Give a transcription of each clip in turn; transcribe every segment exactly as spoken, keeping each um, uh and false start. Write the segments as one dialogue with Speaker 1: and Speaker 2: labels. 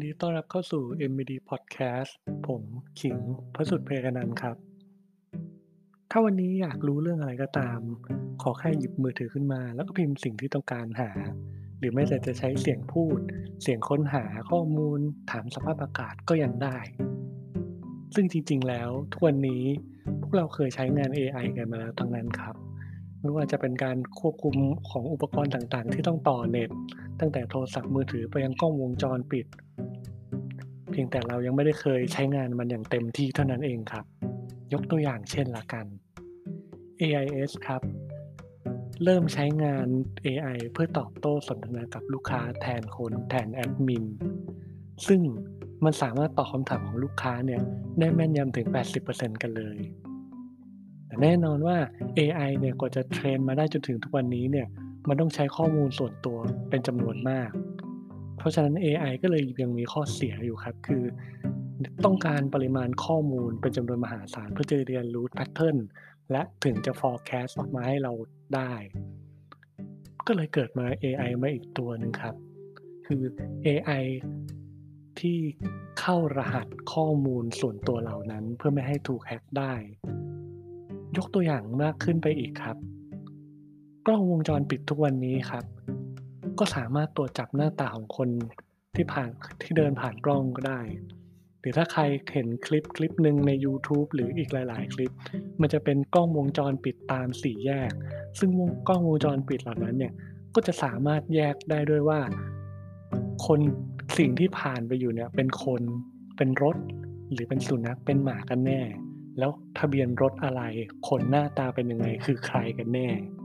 Speaker 1: ดีต้อนรับเข้าสู่ เอ็ม วี ดี Podcast ผมขิง พระสุทธิ์เพกนันท์ครับ ถ้าวันนี้อยากรู้เรื่องอะไรก็ตาม ขอแค่หยิบมือถือขึ้นมา แล้วก็พิมพ์สิ่งที่ต้องการหา หรือแม้แต่จะใช้เสียงพูด เสียงค้นหาข้อมูล ถามสภาพอากาศก็ยังได้ ซึ่งจริง ๆ แล้วทุกวันนี้พวกเราเคยใช้งานเอไอกันมาแล้วทั้งนั้นครับ ไม่ว่าจะเป็นการควบคุมของอุปกรณ์ต่าง ๆ ที่ต้องต่อเน็ต ตั้งแต่โทรศัพท์มือถือไปยังกล้องวงจรปิด เพียงแต่เรายังไม่ได้เคยใช้งานมันอย่างเต็มที่เท่านั้นเองครับ ยกตัวอย่างเช่นแล้วกัน เอ ไอ เอส ครับ เริ่มใช้งานเอไอเพื่อตอบโต้สนทนากับลูกค้าแทนคน แทนแอดมิน ซึ่งมันสามารถตอบคำถามของลูกค้าเนี่ยได้แม่นยำถึง แปดสิบเปอร์เซ็นต์ กันเลย แต่แน่นอนว่าเอไอเนี่ยกว่าจะเทรนมาได้จนถึงทุกวันนี้เนี่ย มันต้องใช้ข้อมูลส่วนตัวเป็นจำนวนมาก เพราะฉะนั้นเอไอก็เลยยังมีข้อเสียอยู่ครับ คือ ด ต้องการปริมาณข้อมูลเป็นจำนวนมหาศาลเพื่อจะเรียนรู้ แพตเทิร์น และถึงจะ forecast ออกมาให้เราได้ ก็เลยเกิดมาเอไอมาอีกตัวหนึ่งครับ คือเอไอที่เข้ารหัสข้อมูลส่วนตัวเหล่านั้นเพื่อไม่ให้ถูก hack ได้ ยกตัวอย่างมากขึ้นไปอีกครับ กล้องวงจรปิดทุกวันนี้ครับ ก็สามารถตรวจจับหน้าตาของคนที่ผ่าน ที่เดินผ่านกล้องก็ได้ หรือถ้าใครเห็นคลิปคลิปหนึ่งในยูทูบหรืออีกหลาย ๆ คลิป มันจะเป็นกล้องวงจรปิดตามสี่แยก ซึ่งวง กล้องวงจรปิดเหล่านั้นเนี่ย ก็จะสามารถแยกได้ด้วยว่า คน สิ่งที่ผ่านไปอยู่เนี่ยเป็นคน เป็นรถ หรือเป็นสุนัข เป็นหมากันแน่ แล้วทะเบียนรถอะไร คนหน้าตาเป็นยังไง คือใครกันแน่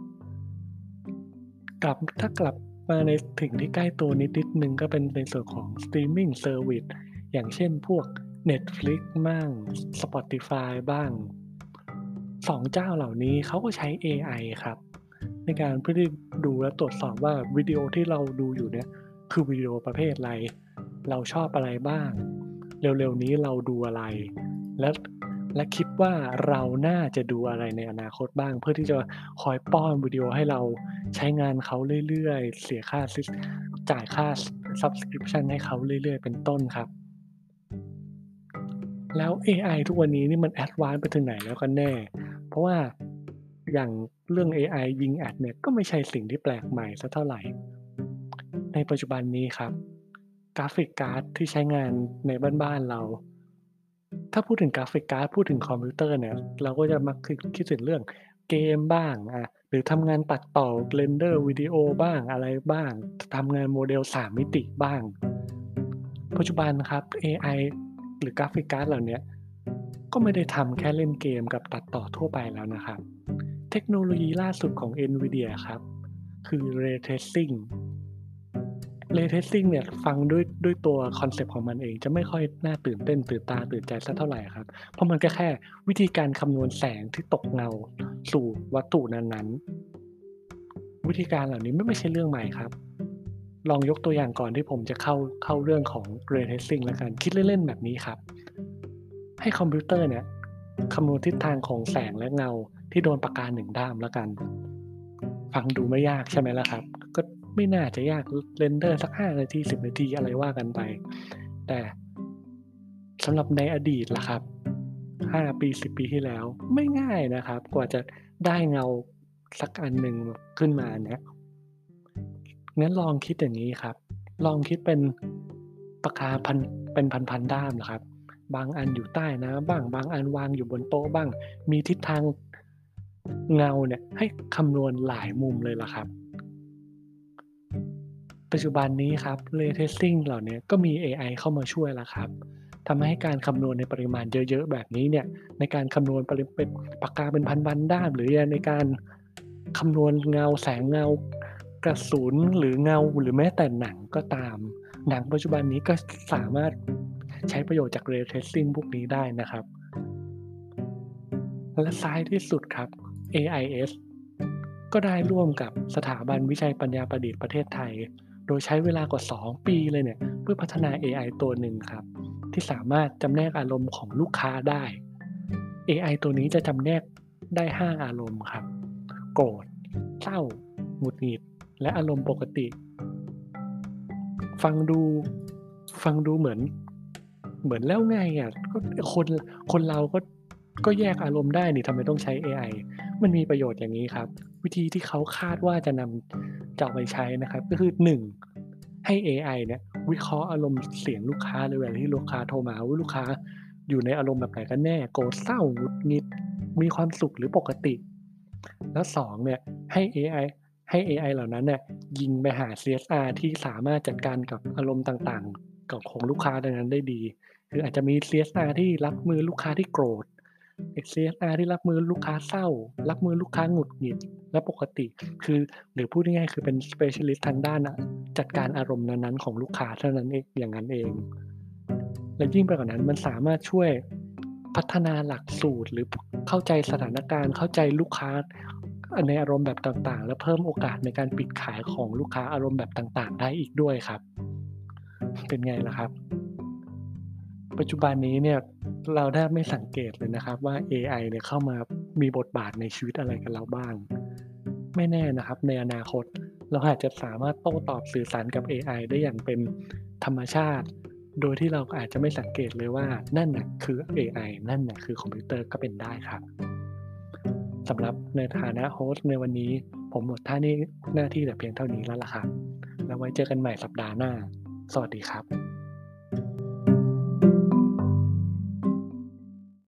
Speaker 1: กลับ ถ้ากลับมาในสิ่งที่ใกล้ตัวนิด นิดหนึ่ง ก็เป็นในส่วนของสตรีมมิงเซอร์วิซ อย่างเช่น พวก Netflix มั่ง Spotify บ้าง สอง เจ้าเหล่านี้เขาก็ใช้เอไอครับ ในการเพื่อที่ดูและตรวจสอบว่าวิดีโอที่เราดูอยู่เนี่ย คือวิดีโอประเภทไร เราชอบอะไรบ้าง เร็ว ๆ นี้เราดูอะไร และ และคิดว่าเราน่าจะดูอะไรในอนาคตบ้าง เพื่อที่จะคอยป้อนวิดีโอให้เราใช้งานเขาเรื่อย ๆ เสียค่าซิส จ่ายค่า ซ Subscription ให้เขาเรื่อย ๆ เป็นต้นครับ แล้วเอไอทุกวันนี้นี่มัน แอดวานซ์ ไปถึงไหนแล้วกันแน่ เพราะว่าอย่างเรื่องเอไอยิงแอดเนี่ย ก็ไม่ใช่สิ่งที่แปลกใหม่สักเท่าไร ในปัจจุบันนี้ครับ กราฟิกการ์ดที่ใช้งานในบ้าน ๆ เรา ถ้าพูดถึงกราฟิกการ์ด พูดถึงคอมพิวเตอร์เนี่ย เราก็จะมักคิด คิดถึงเรื่องเกมบ้าง อา หรือทำงานตัดต่อ render วิดีโอบ้าง อะไรบ้าง ท ทำงานโมเดล สาม มิติบ้าง ปัจจุบันครับเอไอ หรือกราฟิกการ์ดเหล่าเนี้ย ก็ไม่ได้ทำแค่เล่นเกมกับตัดต่อทั่วไปแล้วนะครับ เทคโนโลยีล่าสุดของ NVIDIA ครับ คือ Ray Tracing Ray Tracing เนี่ย ฟังด้วย ด้วยตัวคอนเซปต์ของมันเองจะไม่ค่อยน่าตื่นเต้น ตื่นตาตื่นใจสักเท่าไรอะครับ เพราะมันก็แค่วิธีการคำนวณแสงที่ตกเงาสู่วัตถุนั้น ๆ วิธีการเหล่านี้ไม่ ไม่ใช่เรื่องใหม่ครับ ลองยกตัวอย่างก่อนที่ผมจะเข้า เข้าเรื่องของ Ray Tracing แล้วกัน คิดเล่น ๆ แบบนี้ครับ ให้คอมพิวเตอร์เนี่ยคำนวณทิศทางของแสงและเงาที่โดนปากกา หนึ่ง ด้ามแล้วกัน ฟังดูไม่ยากใช่ไหมล่ะครับ ก็ไม่น่าจะยาก ร render สัก ห้า นาที สิบ นาที อะไรว่ากันไป แต่สำหรับในอดีตล่ะครับ ห้า ปี สิบ ปีที่แล้ว ไม่ง่ายนะครับ กว่าจะได้เงาสักอันหนึ่งขึ้นมาเนี้ย งั้นลองคิดอย่างงี้ครับ ลองคิดเป็นปากกาพัน เป็นพัน ๆ ด้ามนะครับ บางอันอยู่ใต้น้ำบ้าง บางอันวางอยู่บนโต๊ะบ้าง มีทิศทางเงาเนี่ยให้คำนวณหลายมุมเลยล่ะครับ ปัจจุบันนี้ครับ Ray Tracing เหล่าเนี้ย ก็มีเอไอเข้ามาช่วยแล้วครับ ทำให้การคำนวณในปริมาณเยอะ ๆ แบบนี้เนี่ย ในการคำนวณปริ เป็นปากกาเป็นพัน ๆ ด้าม หรือยังในการคำนวณเงา แสงเงา กระสุน หรือเงา หรือแม้แต่หนังก็ตาม หนังปัจจุบันนี้ก็ ส สามารถใช้ประโยชน์จาก Ray Tracing พวกนี้ได้นะครับ และท้ายที่สุดครับ เอไอเอส ก็ได้ร่วมกับสถาบันวิจัยปัญญาประดิษฐ์ประเทศไทย โดยใช้เวลากว่า สอง ปีเลยเนี่ย เพื่อพัฒนาเอไอตัวหนึ่งครับ ที่สามารถจำแนกอารมณ์ของลูกค้าได้ เอไอตัวนี้จะจำแนกได้ ห้า อารมณ์ครับ โกรธ เศร้า หงุดหงิด และอารมณ์ปกติ ฟังดูฟังดูเหมือนเหมือนแล้วไงอะก็คนคนเราก็ก็แยกอารมณ์ได้นี่ทำไมต้องใช้เอไอมันมีประโยชน์อย่างงี้ครับวิธีที่เขาคาดว่าจะนำจะเอาไปใช้นะครับก็คือหนึ่งให้เอไอเนี่ยวิเคราะห์อารมณ์เสียงลูกค้าเลยเวลาที่ลูกค้าโทรมาว่าลูกค้าอยู่ในอารมณ์แบบไหนกันแน่โกรธเศร้าหงุดหงิดมีความสุขหรือปกติแล้วสองเนี่ยให้เอไอ ให้เอไอเหล่านั้นเนี่ยยิงไปหา ซี เอส อาร์ ที่สามารถจัดการกับอารมณ์ต่างๆกับของลูกค้าดังนั้นได้ดีคืออาจจะมี ซี เอส อาร์ ที่รับมือลูกค้าที่โกรธอีก ซี เอส อาร์ ที่รับมือลูกค้าเศร้ารับมือลูกค้าหงุดหงิดและปกติคือหรือพูดง่ายๆคือเป็น specialist ทางด้านอะจัดการอารมณ์นั้นๆของลูกค้าเท่านั้นเองอย่างนั้นเองและยิ่งไปกว่านั้นมันสามารถช่วยพัฒนาหลักสูตรหรือเข้าใจสถานการณ์เข้าใจลูกค้า ในอารมณ์แบบต่างๆและเพิ่มโอกาสในการปิดขายของลูกค้าอารมณ์แบบต่างๆได้อีกด้วยครับเป็นไงล่ะครับปัจจุบันนี้เนี่ยเราแทบไม่สังเกตเลยนะครับว่าเอไอเนี่ยเข้ามามีบทบาทในชีวิตอะไรกับเราบ้างไม่แน่นะครับในอนาคตเราอาจจะสามารถโต้ตอบสื่อสารกับเอไอได้อย่างเป็นธรรมชาติโดยที่เราอาจจะไม่สังเกตเลยว่านั่นน่ะคือเอไอนั่นน่ะคือคอมพิวเตอร์ก็เป็นได้ครับ สำหรับในฐานะโฮสต์ในวันนี้ผมหมดท่านี้หน้าที่แต่เพียงเท่านี้แล้วล่ะครับแล้วไว้เจอกันใหม่สัปดาห์หน้าสวัสดีครับ